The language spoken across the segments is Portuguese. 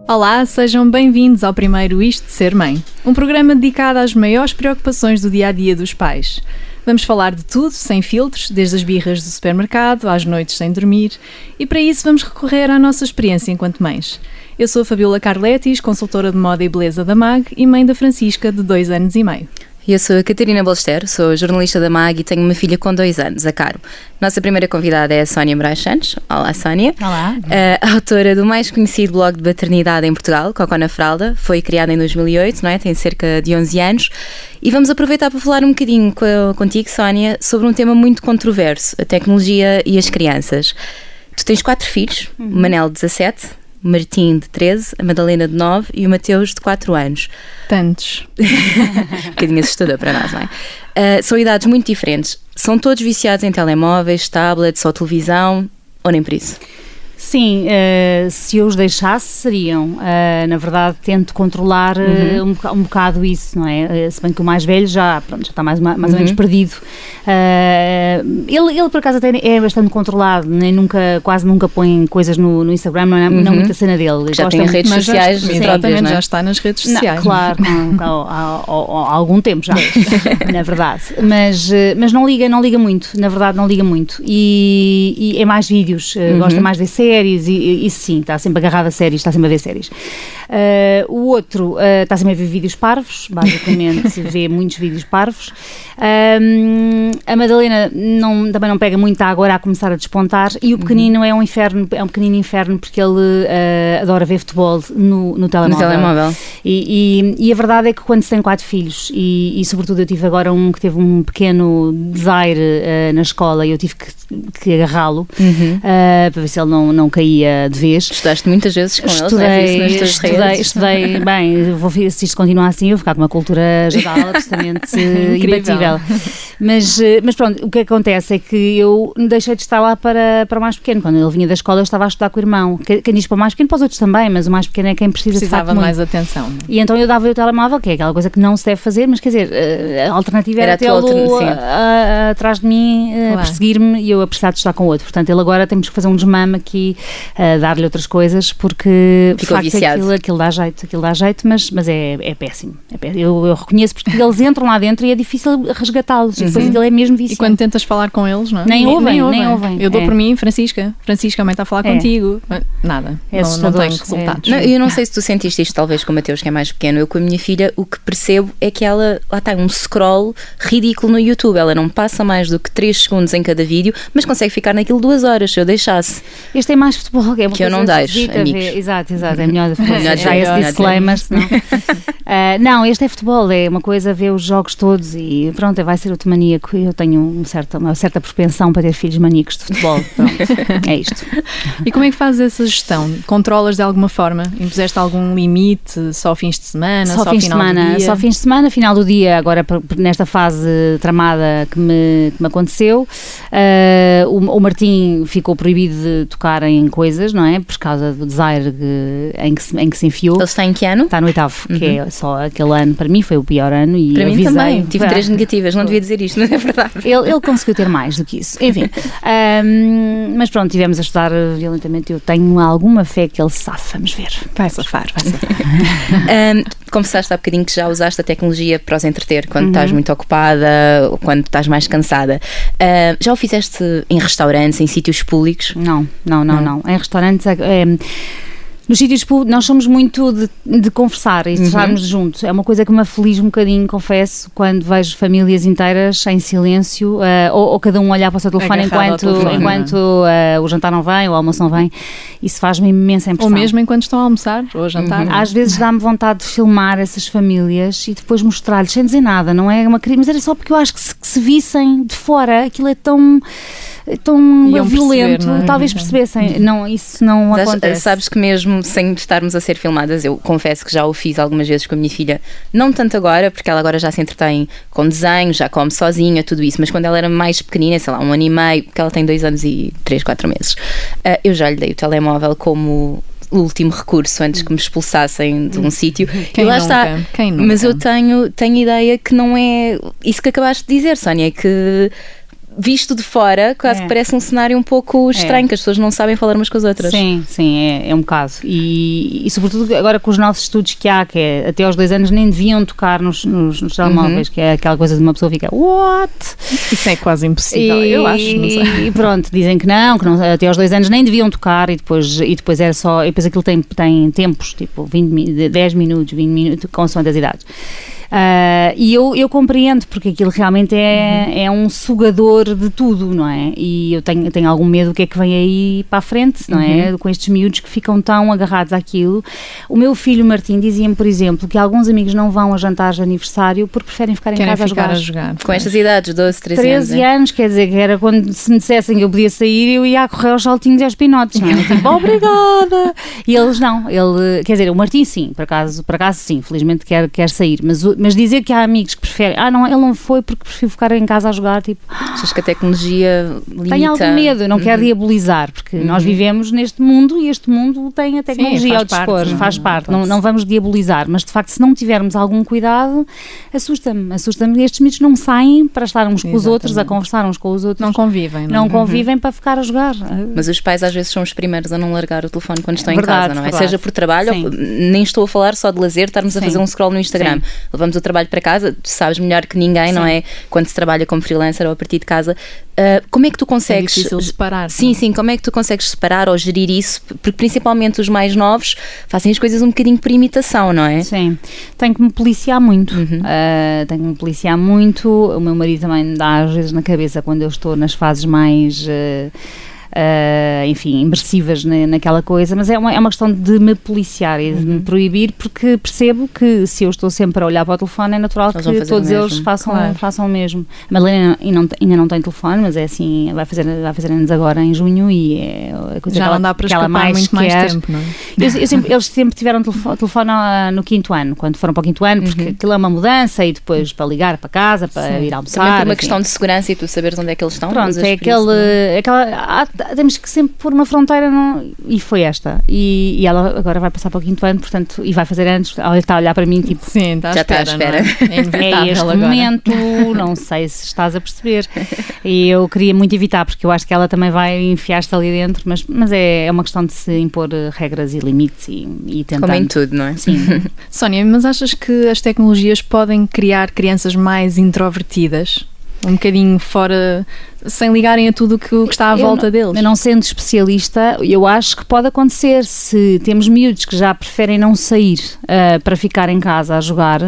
Olá, sejam bem-vindos ao primeiro Isto de Ser Mãe, um programa dedicado às maiores preocupações do dia-a-dia dos pais. Vamos falar de tudo, sem filtros, desde as birras do supermercado às noites sem dormir, e para isso vamos recorrer à nossa experiência enquanto mães. Eu sou a Fabiola Carletis, consultora de moda e beleza da MAG e mãe da Francisca, de 2 anos e meio. Eu sou a Catarina Ballester, sou jornalista da MAG e tenho uma filha com 2 anos, a Caro. Nossa primeira convidada é a Sónia Moraes Santos. Olá, Sónia. Olá. A autora do mais conhecido blog de maternidade em Portugal, Cocó na Fralda. Foi criada em 2008, não é? Tem cerca de 11 anos. E vamos aproveitar para falar um bocadinho contigo, Sónia, sobre um tema muito controverso, a tecnologia e as crianças. Tu tens 4 filhos, o Manel de 17, o Martim de 13, a Madalena de 9 e o Mateus de 4 anos. Tantos. Um bocadinho assustador para nós, não é? São idades muito diferentes. São todos viciados em telemóveis, tablets ou televisão, ou nem por isso? Sim, se eu os deixasse, seriam. Na verdade, tento controlar um bocado isso, não é? Se bem que o mais velho já está mais ou menos perdido. Ele, por acaso, até é bastante controlado, nem quase nunca põe coisas no Instagram, não muita cena dele. Já tem redes sociais próprias, não é? Já está nas redes sociais. Claro, há algum tempo já, na verdade. Mas não liga muito, na verdade não liga muito. E é mais vídeos, gosta mais de séries, e sim, está sempre agarrado a séries, está sempre a ver séries. O outro está sempre a ver vídeos parvos, basicamente vê muitos vídeos parvos. A Madalena também não pega muito agora a começar a despontar, e o pequenino é um pequenino inferno porque ele adora ver futebol no telemóvel. E a verdade é que quando se tem 4 filhos, e sobretudo eu tive agora um que teve um pequeno desaire na escola, e eu tive que agarrá-lo para ver se ele não caía de vez. Estudaste muitas vezes com eles? Estudei bem, se isto continuar assim, eu vou ficar com uma cultura geral absolutamente imbatível. Mas pronto, o que acontece é que eu deixei de estar lá para o mais pequeno. Quando ele vinha da escola, eu estava a estudar com o irmão. Quem diz para o mais pequeno, para os outros também, mas o mais pequeno é quem precisava de mais atenção. E então eu dava-lhe o telemóvel, que é aquela coisa que não se deve fazer, mas quer dizer, a alternativa era tê-lo atrás de mim, claro, perseguir-me, e eu a precisar de estar com o outro. Portanto, ele agora temos que fazer um desmame aqui, dar-lhe outras coisas, porque de facto aquilo dá jeito, mas é péssimo. Eu reconheço, porque eles entram lá dentro e é difícil resgatá-los. Depois aquilo é mesmo viciante. E quando tentas falar com eles, não é? Nem ouvem. Eu dou por mim, Francisca, a mãe está a falar contigo. Nada, não tenho resultados. Eu não sei se tu sentiste isto, talvez com o Mateus, que é mais pequeno. Eu com a minha filha, o que percebo é que ela lá tem um scroll ridículo no YouTube. Ela não passa mais do que 3 segundos em cada vídeo, mas consegue ficar naquilo 2 horas, se eu deixasse. Este é mais futebol, que é uma que eu não deixo, amigos. Exato, é melhor já esse disclaimer, não, este é futebol, é uma coisa ver os jogos todos e pronto, vai ser outro maníaco. Eu tenho uma certa propensão para ter filhos maníacos de futebol. Pronto, é isto. E como é que fazes essa gestão? Controlas de alguma forma? Impuseste algum limite? Só fins de semana? Só final do dia? Só fins de semana, final do dia, agora nesta fase tramada que me aconteceu. O Martim ficou proibido de tocar em coisas, não é? Por causa do desaire em que se enfiou. Ele está em que ano? Está no 8º, que é só aquele ano. Para mim foi o pior ano. E para mim também. Tive 3 negativas, não devia dizer isto, não é verdade? Ele conseguiu ter mais do que isso. Enfim. Mas pronto, tivemos a estudar violentamente. Eu tenho alguma fé que ele safe. Vamos ver. Vai safar. Confessaste há bocadinho que já usaste a tecnologia para os entreter quando estás muito ocupada ou quando estás mais cansada. Já o fizeste em restaurantes, em sítios públicos? Não. Em restaurantes nos sítios públicos nós somos muito de conversar e de estarmos juntos. É uma coisa que me aflige um bocadinho, confesso, quando vejo famílias inteiras em silêncio, ou cada um olhar para o seu telefone enquanto o jantar não vem, ou o almoço não vem. Isso faz-me imensa impressão. Ou mesmo enquanto estão a almoçar ou a jantar. Às vezes dá-me vontade de filmar essas famílias e depois mostrar-lhes sem dizer nada, não é uma crise, mas era só porque eu acho que se vissem de fora, aquilo é tão violento, talvez percebessem. Não, isso não acontece. Sabes que mesmo sem estarmos a ser filmadas, eu confesso que já o fiz algumas vezes com a minha filha, não tanto agora, porque ela agora já se entretém com desenho, já come sozinha, tudo isso, mas quando ela era mais pequenina, sei lá, 1 ano e meio, porque ela tem 2 anos e 3, 4 meses, eu já lhe dei o telemóvel como o último recurso antes que me expulsassem de um sítio. Quem e lá nunca? está. Quem nunca? Mas eu tenho ideia que não é isso que acabaste de dizer, Sónia, que visto de fora, quase que parece um cenário um pouco estranho, que as pessoas não sabem falar umas com as outras. Sim, é um caso. E sobretudo agora com os novos estudos que há, que é até aos 2 anos nem deviam tocar nos telemóveis, que é aquela coisa de uma pessoa ficar, what? Isso é quase impossível, eu acho. E pronto, dizem que não, até aos 2 anos nem deviam tocar e depois é só, e depois aquilo tem tempos, tipo 10 minutos, 20 minutos, consoante as idades. E eu compreendo, porque aquilo realmente é um sugador de tudo, não é? E eu tenho algum medo do que é que vem aí para a frente, não é? Com estes miúdos que ficam tão agarrados àquilo. O meu filho Martim dizia-me, por exemplo, que alguns amigos não vão a jantares de aniversário porque preferem ficar em casa a jogar. Com estas idades, 12, 13 anos, quer dizer, que era quando se me dissessem que eu podia sair, eu ia a correr aos saltinhos e aos pinotes, não é? Tipo, obrigada! E eles não, quer dizer, o Martim sim, por acaso sim, felizmente quer sair, mas dizer que há amigos que preferem, não, ele não foi porque prefiro ficar em casa a jogar, tipo... Achas que a tecnologia limita? Tenho algum medo, eu não quero diabolizar, porque nós vivemos neste mundo e este mundo tem a tecnologia ao dispor, faz parte, não vamos diabolizar, mas de facto se não tivermos algum cuidado, assusta-me, estes miúdos não saem para estar uns com os outros, a conversar uns com os outros. Não convivem. Não convivem para ficar a jogar. Mas os pais às vezes são os primeiros a não largar o telefone quando estão verdade, em casa, não é? Verdade. Seja por trabalho, ou, nem estou a falar só de lazer, estarmos a fazer um scroll no Instagram. Levamos o trabalho para casa, tu sabes melhor que ninguém, não é? Quando se trabalha como freelancer ou a partir de casa. Como é que tu consegues... É difícil separar. Sim, como é que tu consegues separar ou gerir isso? Porque principalmente os mais novos fazem as coisas um bocadinho por imitação, não é? Sim, tenho que me policiar muito. O meu marido também me dá às vezes na cabeça quando eu estou nas fases mais... enfim, imersivas naquela coisa, mas é uma questão de me policiar e de me proibir, porque percebo que se eu estou sempre a olhar para o telefone é natural que todos eles façam o mesmo. A Madalena ainda não tem telefone, mas é assim, vai fazer anos agora em junho e é a coisa já não dá para escapar muito mais tempo, não é? Eles sempre tiveram telefone no 5º ano, quando foram para o 5º ano, porque aquilo é uma mudança e depois para ligar para casa, para ir almoçar. Também por uma questão de segurança e tu saberes onde é que eles estão. Pronto, temos que sempre pôr uma fronteira e foi esta. E ela agora vai passar para o 5º ano, portanto, e vai fazer anos. Ela está a olhar para mim tipo... Sim, já está à espera. É este momento, não sei se estás a perceber. E eu queria muito evitar, porque eu acho que ela também vai enfiar-se ali dentro, mas é uma questão de se impor regras e limites e tentar... Como em tudo, não é? Sim. Sónia, mas achas que as tecnologias podem criar crianças mais introvertidas? Um bocadinho fora, sem ligarem a tudo o que está à volta deles. Eu não sendo especialista, eu acho que pode acontecer se temos miúdos que já preferem não sair para ficar em casa a jogar.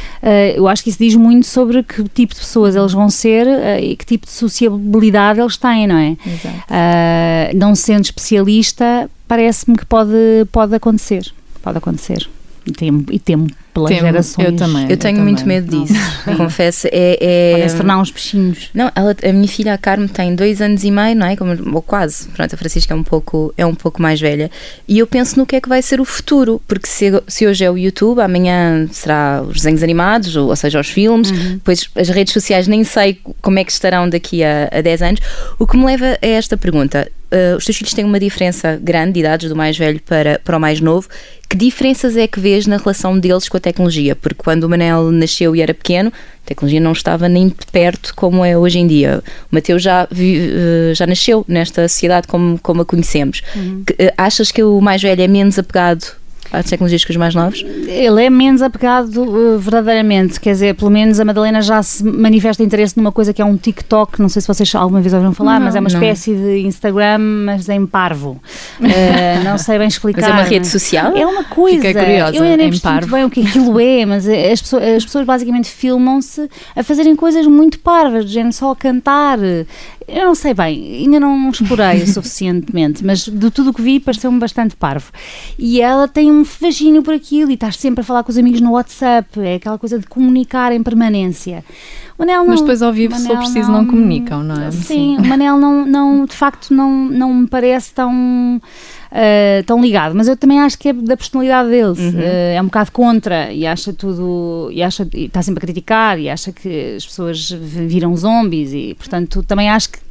Eu acho que isso diz muito sobre que tipo de pessoas eles vão ser e que tipo de sociabilidade eles têm, não é? Exato. Não sendo especialista, parece-me que pode acontecer. Pode acontecer. E temo pelas gerações. Eu tenho muito medo disso, confesso. Podem se tornar uns peixinhos. Não, a minha filha, a Carme, tem 2 anos e meio, não é? Ou quase. Pronto, a Francisca é um pouco mais velha. E eu penso no que é que vai ser o futuro, porque se hoje é o YouTube, amanhã será os desenhos animados, ou seja, os filmes, depois as redes sociais, nem sei como é que estarão daqui a 10 anos. O que me leva a esta pergunta. Os teus filhos têm uma diferença grande de idades, do mais velho para o mais novo. Que diferenças é que vês na relação deles com a tecnologia? Porque quando o Manel nasceu e era pequeno, a tecnologia não estava nem de perto como é hoje em dia. O Mateus já nasceu nesta sociedade como a conhecemos. Achas que o mais velho é menos apegado às tecnologias que os mais novos? Ele é menos apegado verdadeiramente, quer dizer, pelo menos a Madalena já se manifesta interesse numa coisa que é um TikTok, não sei se vocês alguma vez ouviram falar, mas é uma espécie de Instagram, mas em parvo. Não sei bem explicar. Mas é uma rede social? É uma coisa. Fiquei curiosa, eu ainda nem percebi muito bem o que aquilo é, mas as pessoas basicamente filmam-se a fazerem coisas muito parvas, de género só a cantar. Eu não sei bem, ainda não explorei o suficientemente, mas de tudo o que vi pareceu-me bastante parvo. E ela tem um fascínio por aquilo e está sempre a falar com os amigos no WhatsApp, é aquela coisa de comunicar em permanência. O Manel não, mas depois ao vivo, se for preciso, não comunicam, não é? Sim, o Manel de facto não me parece tão ligado, mas eu também acho que é da personalidade deles. É um bocado contra e acha tudo, e está sempre a criticar e acha que as pessoas viram zombies e, portanto, também acho que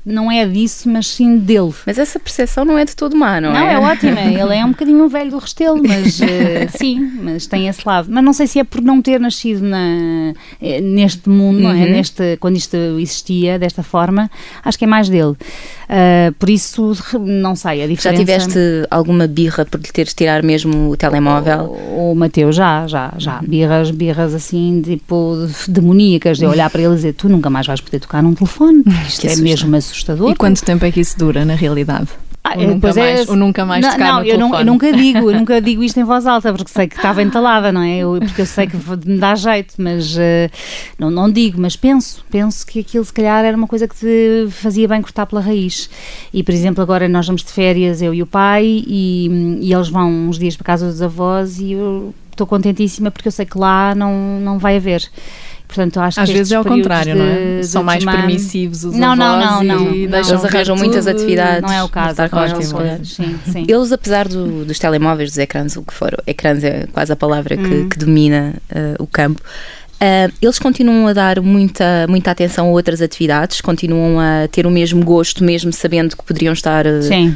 não é disso, mas sim dele. Mas essa percepção não é de todo má, não é? Não, é ótima. Ele é um bocadinho um velho do Restelo, mas sim, mas tem esse lado. Mas não sei se é por não ter nascido neste mundo, não é? Quando isto existia desta forma, acho que é mais dele. Por isso, não sei, a diferença... Já tiveste alguma birra por lhe teres tirar mesmo o telemóvel? O Mateus já. Birras assim, tipo, demoníacas, de olhar para ele e dizer, tu nunca mais vais poder tocar num telefone, isto é mesmo assustador. E quanto tempo é que isso dura, na realidade? Ou nunca mais tocar no telefone? Eu nunca digo isto em voz alta, porque sei que estava entalada, não é? Porque eu sei que me dá jeito, mas não digo, mas penso que aquilo se calhar era uma coisa que te fazia bem cortar pela raiz. E, por exemplo, agora nós vamos de férias, eu e o pai, e eles vão uns dias para casa dos avós e eu estou contentíssima porque eu sei que lá não vai haver. Portanto, acho às que vezes é ao contrário, não é? São mais permissivos os avós e eles arranjam muitas atividades. Não é o caso. Estar com eles. Sim. Eles, apesar dos telemóveis, dos ecrãs, o que for, ecrãs é quase a palavra que domina o campo, eles continuam a dar muita atenção a outras atividades, continuam a ter o mesmo gosto, mesmo sabendo que poderiam estar... Sim.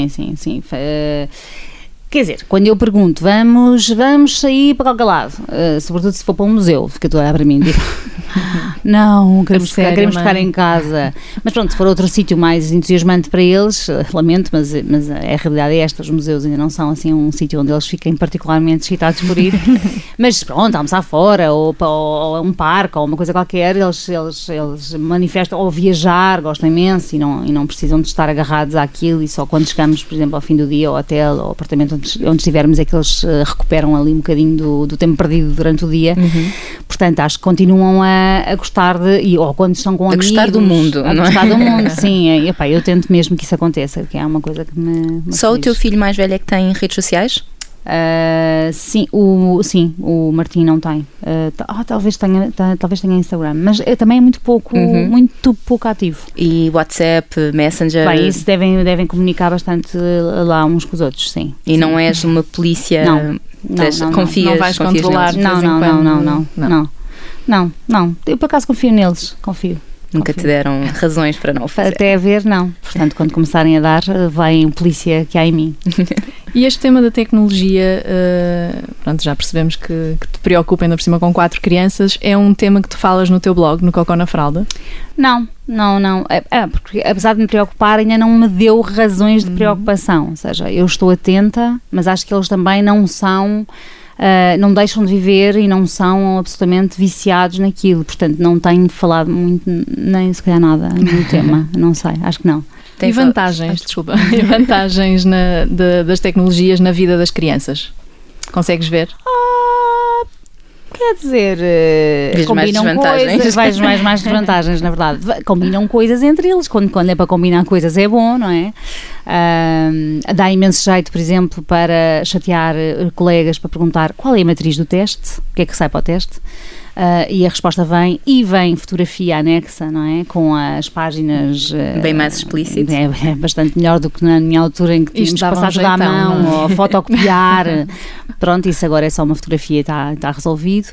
Quer dizer, quando eu pergunto, vamos sair para qualquer lado, sobretudo se for para um museu, fica tudo a olhar para mim e digo, não, queremos ficar em casa. Mas pronto, se for outro sítio mais entusiasmante para eles, lamento, mas a realidade é esta, os museus ainda não são assim um sítio onde eles fiquem particularmente excitados por ir. Mas pronto, almoçar fora, ou um parque, ou uma coisa qualquer, eles manifestam, ou viajar, gostam imenso e não precisam de estar agarrados àquilo, e só quando chegamos, por exemplo, ao fim do dia, ao hotel, ou ao apartamento onde estivermos, é que eles recuperam ali um bocadinho do tempo perdido durante o dia. Portanto, acho que continuam a gostar ou quando estão com amigos... A gostar do mundo, não é? A gostar do mundo, sim. Eu tento mesmo que isso aconteça, que é uma coisa que me Só feliz. O teu filho mais velho é que tem redes sociais? Sim, o Martim não tem. Talvez tenha Instagram, mas também é muito pouco ativo. E WhatsApp, Messenger? Bem, isso devem comunicar bastante lá uns com os outros, sim. E sim. Não és uma polícia? Não. Confias? Não vais controlar? Não. Eu por acaso confio neles, confio. Nunca te deram razões para não o fazer? Até a ver, não. Portanto, quando começarem a dar, vem polícia que há em mim. E este tema da tecnologia, pronto, já percebemos que te preocupa, ainda por cima com 4 crianças, é um tema que tu falas no teu blog, no Cocó na Fralda? Não. Porque apesar de me preocupar, ainda não me deu razões de preocupação. Ou seja, eu estou atenta, mas acho que eles também não são... não deixam de viver e não são absolutamente viciados naquilo, portanto não tenho falado muito, nem se calhar nada no tema, não sei, acho que não. E vantagens, das tecnologias na vida das crianças? Consegues ver? Quer dizer, combinam coisas, mais desvantagens, na verdade. Combinam coisas entre eles, quando é para combinar coisas é bom, não é? Dá imenso jeito, por exemplo, para chatear colegas, para perguntar qual é a matriz do teste, o que é que sai para o teste, e a resposta vem fotografia anexa, não é? Com as páginas... bem mais explícito. É bastante melhor do que na minha altura em que tínhamos que passar tudo à mão, ou fotocopiar. Pronto, isso agora é só uma fotografia e está resolvido.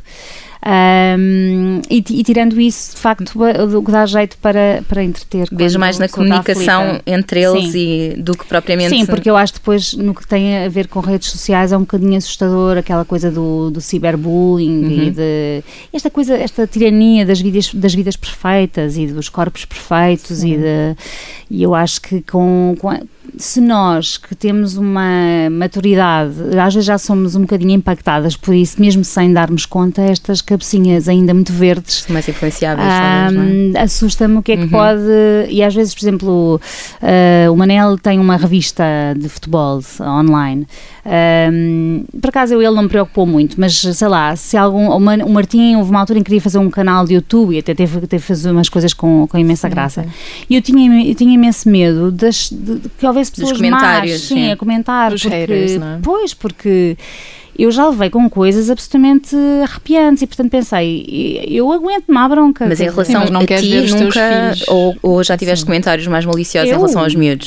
E tirando isso, de facto, o que dá jeito para entreter. Vejo mais na comunicação entre eles do que propriamente... Sim, porque eu acho que depois, no que tem a ver com redes sociais, é um bocadinho assustador aquela coisa do ciberbullying e esta tirania das vidas perfeitas e dos corpos perfeitos e eu acho que se nós que temos uma maturidade, às vezes já somos um bocadinho impactadas por isso, mesmo sem darmos conta, estas cabecinhas ainda muito verdes mais influenciáveis, talvez, assusta-me o que é que pode, e às vezes, por exemplo, o Manel tem uma revista de futebol online, por acaso ele não me preocupou muito, mas sei lá, se o Martim houve uma altura em que queria fazer um canal de YouTube e até teve que fazer umas coisas com imensa graça, e eu tinha imenso medo que houvesse pessoas más, a comentar, os haters, não é? Pois, porque eu já levei com coisas absolutamente arrepiantes e, portanto, pensei, eu aguento-me à bronca. Mas em relação mas não a queres ti, ver os teus nunca, filhos. ou já tiveste comentários mais maliciosos em relação aos miúdos?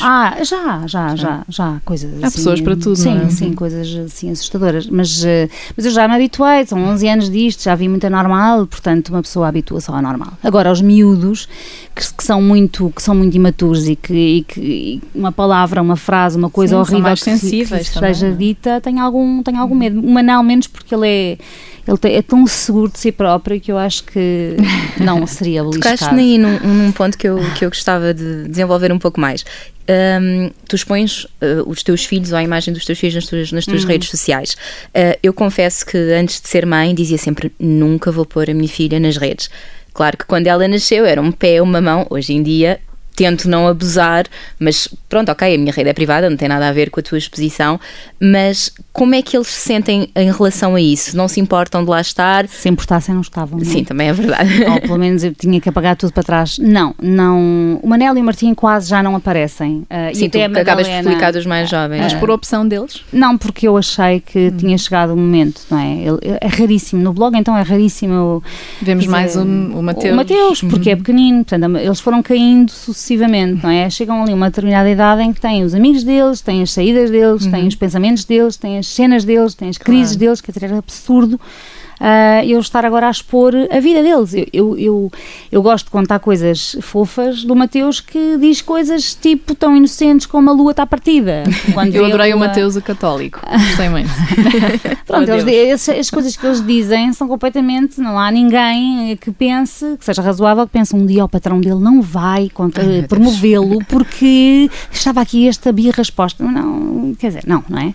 Já, coisas Há assim. pessoas para tudo, sim, não é? Sim, coisas assim assustadoras. Mas eu já me habituei, são 11 anos disto, já vi muito anormal, portanto, uma pessoa habitua-se ao anormal. Agora, aos miúdos, que são muito imaturos e que uma palavra, uma frase, uma coisa Sim, horrível são mais que sensíveis também, seja não é? dita, tenho algum medo. O Manel menos porque ele é tão seguro de si próprio que eu acho que não seria beliscado. Tocaste-me aí num ponto que eu gostava de desenvolver um pouco mais. Tu expões os teus filhos ou a imagem dos teus filhos nas tuas redes sociais. Eu confesso que antes de ser mãe dizia sempre, nunca vou pôr a minha filha nas redes. Claro que quando ela nasceu era um pé, uma mão. Hoje em dia tento não abusar, mas pronto, ok, a minha rede é privada, não tem nada a ver com a tua exposição, mas como é que eles se sentem em relação a isso? Não se importam de lá estar? Se importassem, não estavam. Não? Sim, também é verdade. Ou pelo menos eu tinha que apagar tudo para trás. Não. O Manel e o Martim quase já não aparecem. Sim, e tu até acabas por publicar dos mais jovens. Mas por opção deles? Não, porque eu achei que tinha chegado o momento, não é? É raríssimo. No blog, então, é raríssimo. Vemos mais o Mateus. O Mateus, porque é pequenino. Portanto, eles foram caindo sucessivamente, não é? Chegam ali a uma determinada idade em que têm os amigos deles, têm as saídas deles, têm os pensamentos deles, têm as cenas deles, têm as crises deles, quer dizer, era absurdo. Eu estar agora a expor a vida deles. Eu gosto de contar coisas fofas do Mateus que diz coisas tipo tão inocentes como a lua está partida. Quando eu adorei o Mateus o católico. Gostei muito. Pronto, as coisas que eles dizem são completamente, não há ninguém que pense, que seja razoável, que pense um dia o patrão dele não vai promovê-lo porque estava aqui esta birra exposta. Não, quer dizer, não é?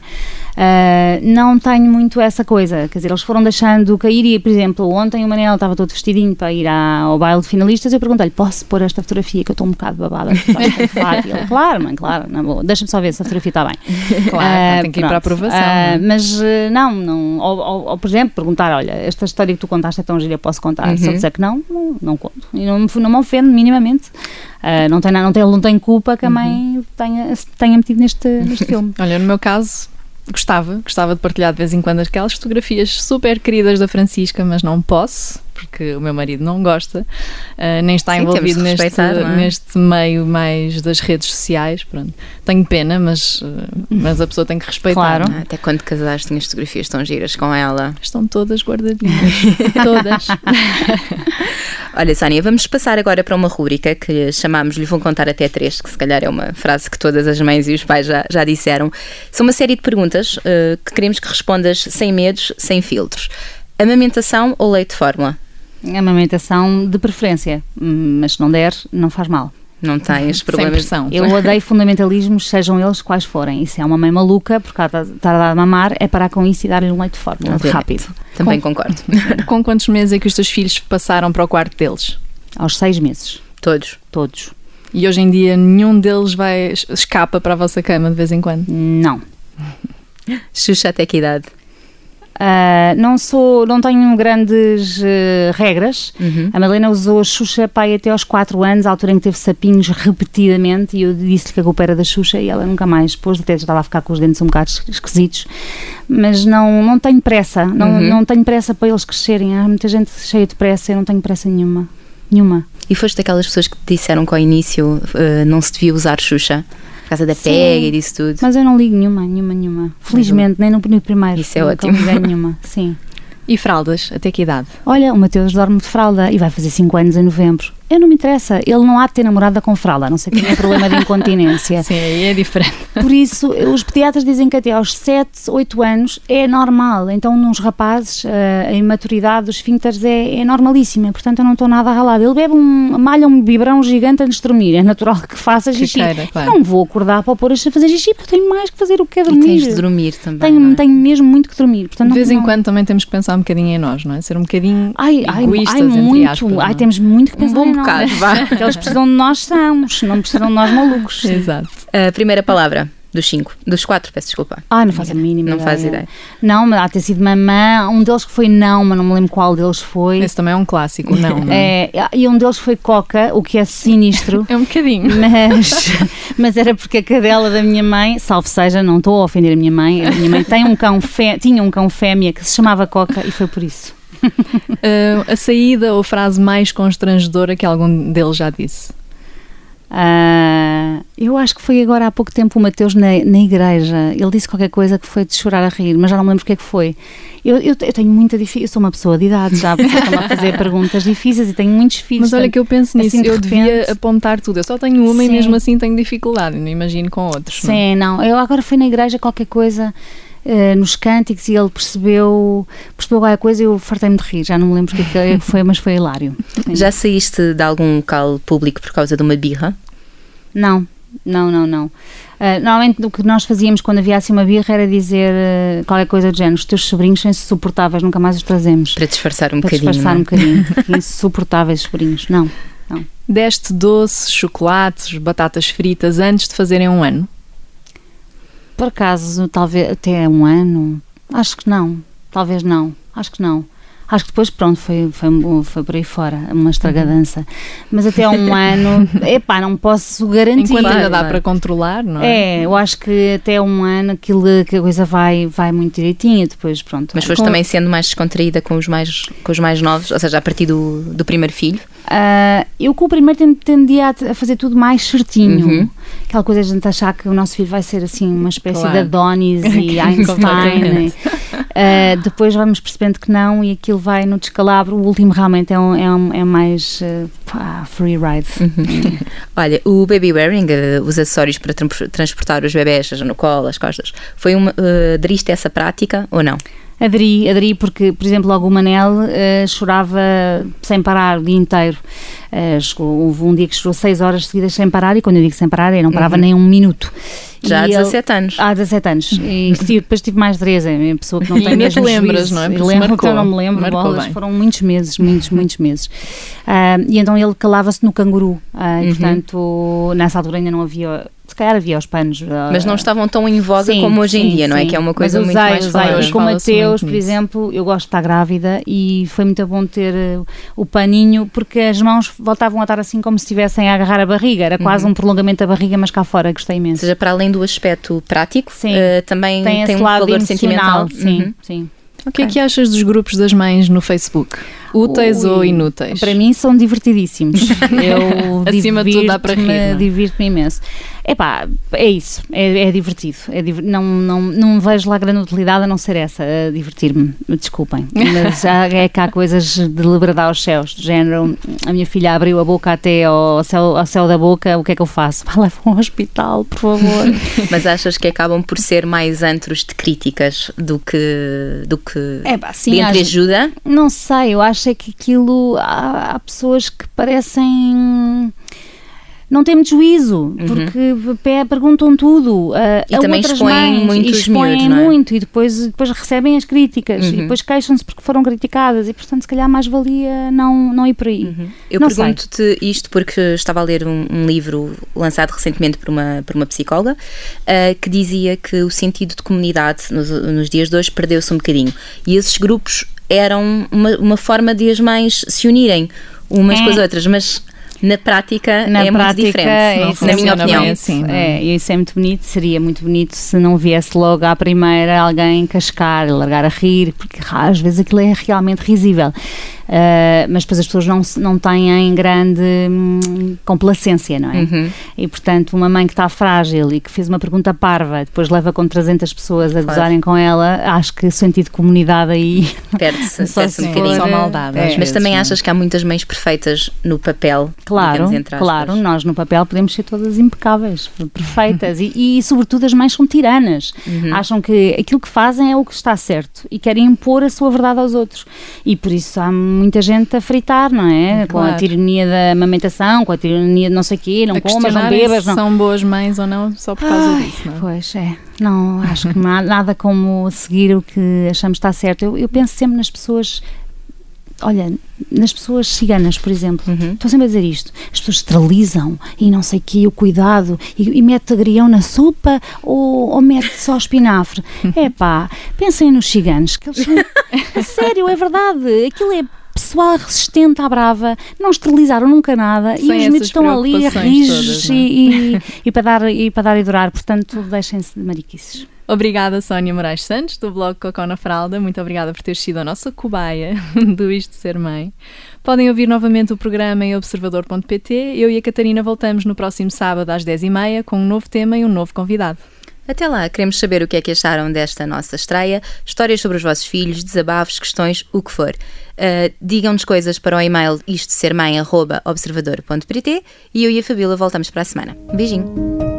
Não tenho muito essa coisa, quer dizer, eles foram deixando cair e, por exemplo, ontem o Manel estava todo vestidinho para ir ao baile de finalistas, eu perguntei-lhe, posso pôr esta fotografia que eu estou um bocado babada? E ele, claro, mãe, claro, não vou, deixa-me só ver se a fotografia está bem. Claro, tem que ir para a aprovação. Mas não, ou por exemplo, perguntar, olha, esta história que tu contaste é tão gira, posso contar? Se eu disser que não conto. E não me ofende minimamente. Ele não tem culpa que a mãe tenha metido neste filme. Olha, no meu caso, gostava de partilhar de vez em quando aquelas fotografias super queridas da Francisca, mas não posso, porque o meu marido não gosta, nem está envolvido neste meio mais das redes sociais. Pronto. Tenho pena, mas a pessoa tem que respeitar. Claro. Até quando casaste tinhas fotografias tão giras com ela? Estão todas guardadinhas. Todas. Olha, Sónia, vamos passar agora para uma rúbrica que chamámos-lhe Vão Contar Até 3, que se calhar é uma frase que todas as mães e os pais já disseram. São uma série de perguntas que queremos que respondas sem medos, sem filtros. Amamentação ou leite de fórmula? Amamentação de preferência, mas se não der, não faz mal. Não tens problemas. Sem pressão. Eu odeio fundamentalismos, sejam eles quais forem. E se é uma mãe maluca, por causa de estar a dar a mamar, é parar com isso e dar-lhe um leite de fórmula, rápido. Também concordo. Com quantos meses é que os teus filhos passaram para o quarto deles? Aos 6 meses. Todos. E hoje em dia nenhum deles escapa para a vossa cama de vez em quando? Não. Xuxa até que idade? Não tenho grandes regras. A Madalena usou a Xuxa pai até aos 4 anos, à altura em que teve sapinhos repetidamente, e eu disse-lhe que a culpa era da Xuxa e ela nunca mais pôs, até já estava a ficar com os dentes um bocado esquisitos. Mas não tenho pressa, não tenho pressa para eles crescerem. Há muita gente cheia de pressa, eu não tenho pressa nenhuma. E foste daquelas pessoas que te disseram que ao início não se devia usar Xuxa? Por causa da pega e disso tudo. Mas eu não ligo nenhuma. Felizmente, nem no primeiro. Isso é ótimo. Não liguei nenhuma, sim. E fraldas? Até que idade? Olha, o Mateus dorme de fralda e vai fazer 5 anos em novembro. Não me interessa, ele não há de ter namorada com fralda, a não ser que tenha problema de incontinência. Sim, aí é diferente. Por isso, os pediatras dizem que até aos 7, 8 anos é normal. Então, nos rapazes, a imaturidade dos esfíncteres é normalíssima. Portanto, eu não estou nada ralada. Ele bebe malha um biberão gigante antes de dormir. É natural que faça xixi. Claro. Não vou acordar para pôr a fazer xixi, porque tenho mais que fazer o que é dormir. E tens de dormir também. Tenho mesmo muito que dormir. Portanto, de vez em quando também temos que pensar um bocadinho em nós, não é? Ser um bocadinho egoístas, muito. aspas. Temos muito que pensar em nós. Vá. Eles precisam de nós sãos, não precisam de nós malucos. Exato. A primeira palavra? Dos 5, dos 4, peço desculpa. Não faço a mínima Não ideia. faz ideia. Não, mas há ter sido mamã. Um deles que foi não, mas não me lembro qual deles foi. Esse também é um clássico, não é? E um deles foi coca, o que é sinistro. É um bocadinho. Mas era porque a cadela da minha mãe, salvo seja, não estou a ofender a minha mãe tinha um cão fêmea que se chamava Coca e foi por isso. A saída ou frase mais constrangedora que algum deles já disse? Eu acho que foi agora há pouco tempo o Mateus na igreja. Ele disse qualquer coisa que foi de chorar a rir, mas já não me lembro o que é que foi. Eu tenho muita dificuldade, eu sou uma pessoa de idade já, porque estou a fazer perguntas difíceis e tenho muitos filhos. Mas olha que eu penso nisso, assim, eu devia apontar tudo. Eu só tenho uma. Sim. E mesmo assim tenho dificuldade, não imagino com outros. Sim, não. Eu agora fui na igreja qualquer coisa. Nos cânticos e ele percebeu qualquer coisa e eu fartei-me de rir, já não me lembro o que foi, mas foi hilário. Sim. Já saíste de algum local público por causa de uma birra? Não. Normalmente o que nós fazíamos quando havia assim uma birra era dizer qualquer coisa do género: os teus sobrinhos são insuportáveis, nunca mais os trazemos. Para disfarçar um bocadinho. Insuportáveis sobrinhos, não. Deste doces, chocolates, batatas fritas antes de fazerem um ano? Por acaso, talvez até um ano, acho que não, talvez não, acho que não. Acho que depois, pronto, foi por aí fora, uma estragadança. Mas até um ano, não posso garantir. Enquanto ainda dá para controlar, não é? Eu acho que até um ano que a coisa vai muito direitinho, depois pronto. Mas foste também sendo mais descontraída com os mais novos, ou seja, a partir do primeiro filho? Eu com o primeiro tendia a fazer tudo mais certinho. Aquela coisa de a gente achar que o nosso filho vai ser assim uma espécie de Adonis e Einstein. Depois vamos percebendo que não e aquilo vai no descalabro. O último realmente é mais free ride. Olha, o baby wearing, os acessórios para transportar os bebés, seja no colo, as costas, aderiste a essa prática ou não? Aderi porque, por exemplo, logo o Manel chorava sem parar o dia inteiro. Houve um dia que chorou 6 horas seguidas sem parar, e quando eu digo sem parar, ele não parava nem um minuto. Já há 17 anos. Há 17 anos. E depois tive mais 3, é uma pessoa que não tem mesmo juízo. Lembras, não é? Então não me lembro, bolas, foram muitos meses. E então ele calava-se no canguru. E, portanto, nessa altura ainda não havia... Se calhar havia os panos. Mas não estavam tão em voga como hoje em dia, não é? Que é uma coisa muito mais falada. Mas com o Mateus, por exemplo, eu gosto de estar grávida e foi muito bom ter o paninho, porque as mãos voltavam a estar assim como se estivessem a agarrar a barriga. Era quase um prolongamento da barriga, mas cá fora gostei imenso. Ou seja, para além do aspecto prático, também tem um valor sentimental. Sim. O que é que achas dos grupos das mães no Facebook? Úteis ou inúteis? Para mim são divertidíssimos. Eu acima de tudo dá para rir. Divirto-me imenso. É isso, é divertido. Não vejo lá grande utilidade a não ser essa, a divertir-me, desculpem. Mas é que há coisas de liberdade aos céus, do género, a minha filha abriu a boca até ao céu da boca, o que é que eu faço? Leva ao hospital, por favor. Mas achas que acabam por ser mais antros de críticas do que de entreajuda? Não sei, eu acho que aquilo, há pessoas que parecem não têm muito juízo, porque perguntam tudo. E também expõem muitos miúdos, não é? Muito, e depois recebem as críticas, e depois queixam-se porque foram criticadas, e portanto se calhar mais valia não ir por aí. Eu pergunto-te isto porque estava a ler um livro lançado recentemente por uma psicóloga, que dizia que o sentido de comunidade nos dias de hoje perdeu-se um bocadinho, e esses grupos eram uma forma de as mães se unirem umas com as outras, mas na prática muito diferente, na minha opinião. Assim, e isso é muito bonito, seria muito bonito se não viesse logo à primeira alguém cascar, largar a rir, porque às vezes aquilo é realmente risível. Mas depois as pessoas não têm grande complacência, não é? E portanto uma mãe que está frágil e que fez uma pergunta parva, depois leva com 300 pessoas a gozarem com ela, acho que o sentido de comunidade aí perde-se um bocadinho. Só maldade, mas também achas que há muitas mães perfeitas no papel? Claro, nós no papel podemos ser todas impecáveis, perfeitas e sobretudo as mães são tiranas, acham que aquilo que fazem é o que está certo e querem impor a sua verdade aos outros, e por isso há muita gente a fritar, não é? Claro. Com a tirania da amamentação, com a tirania de não sei o quê, não comas, não bebas. Se são boas mães ou não, só por causa disso, não é? Pois é. Não, acho que nada como seguir o que achamos estar certo. Eu penso sempre nas pessoas olha, nas pessoas ciganas, por exemplo, estou sempre a dizer isto, as pessoas esterilizam e não sei o quê, o cuidado, e mete agrião na sopa ou mete só espinafre. Pensem nos ciganos, que eles são, a sério, é verdade, aquilo é pessoal resistente à brava, não esterilizaram nunca nada. Sem e os miúdos estão ali rijos e para dar e durar, portanto deixem-se de mariquices. Obrigada, Sónia Moraes Santos, do blog Cocó na Fralda. Muito obrigada por ter sido a nossa cobaia do Isto de Ser Mãe. Podem ouvir novamente o programa em observador.pt. Eu e a Catarina voltamos no próximo sábado às 10h30 com um novo tema e um novo convidado. Até lá, queremos saber o que é que acharam desta nossa estreia, histórias sobre os vossos filhos, desabafos, questões, o que for. Digam-nos coisas para o e-mail istosermãe@observador.pt e eu e a Fabíola voltamos para a semana. Beijinho!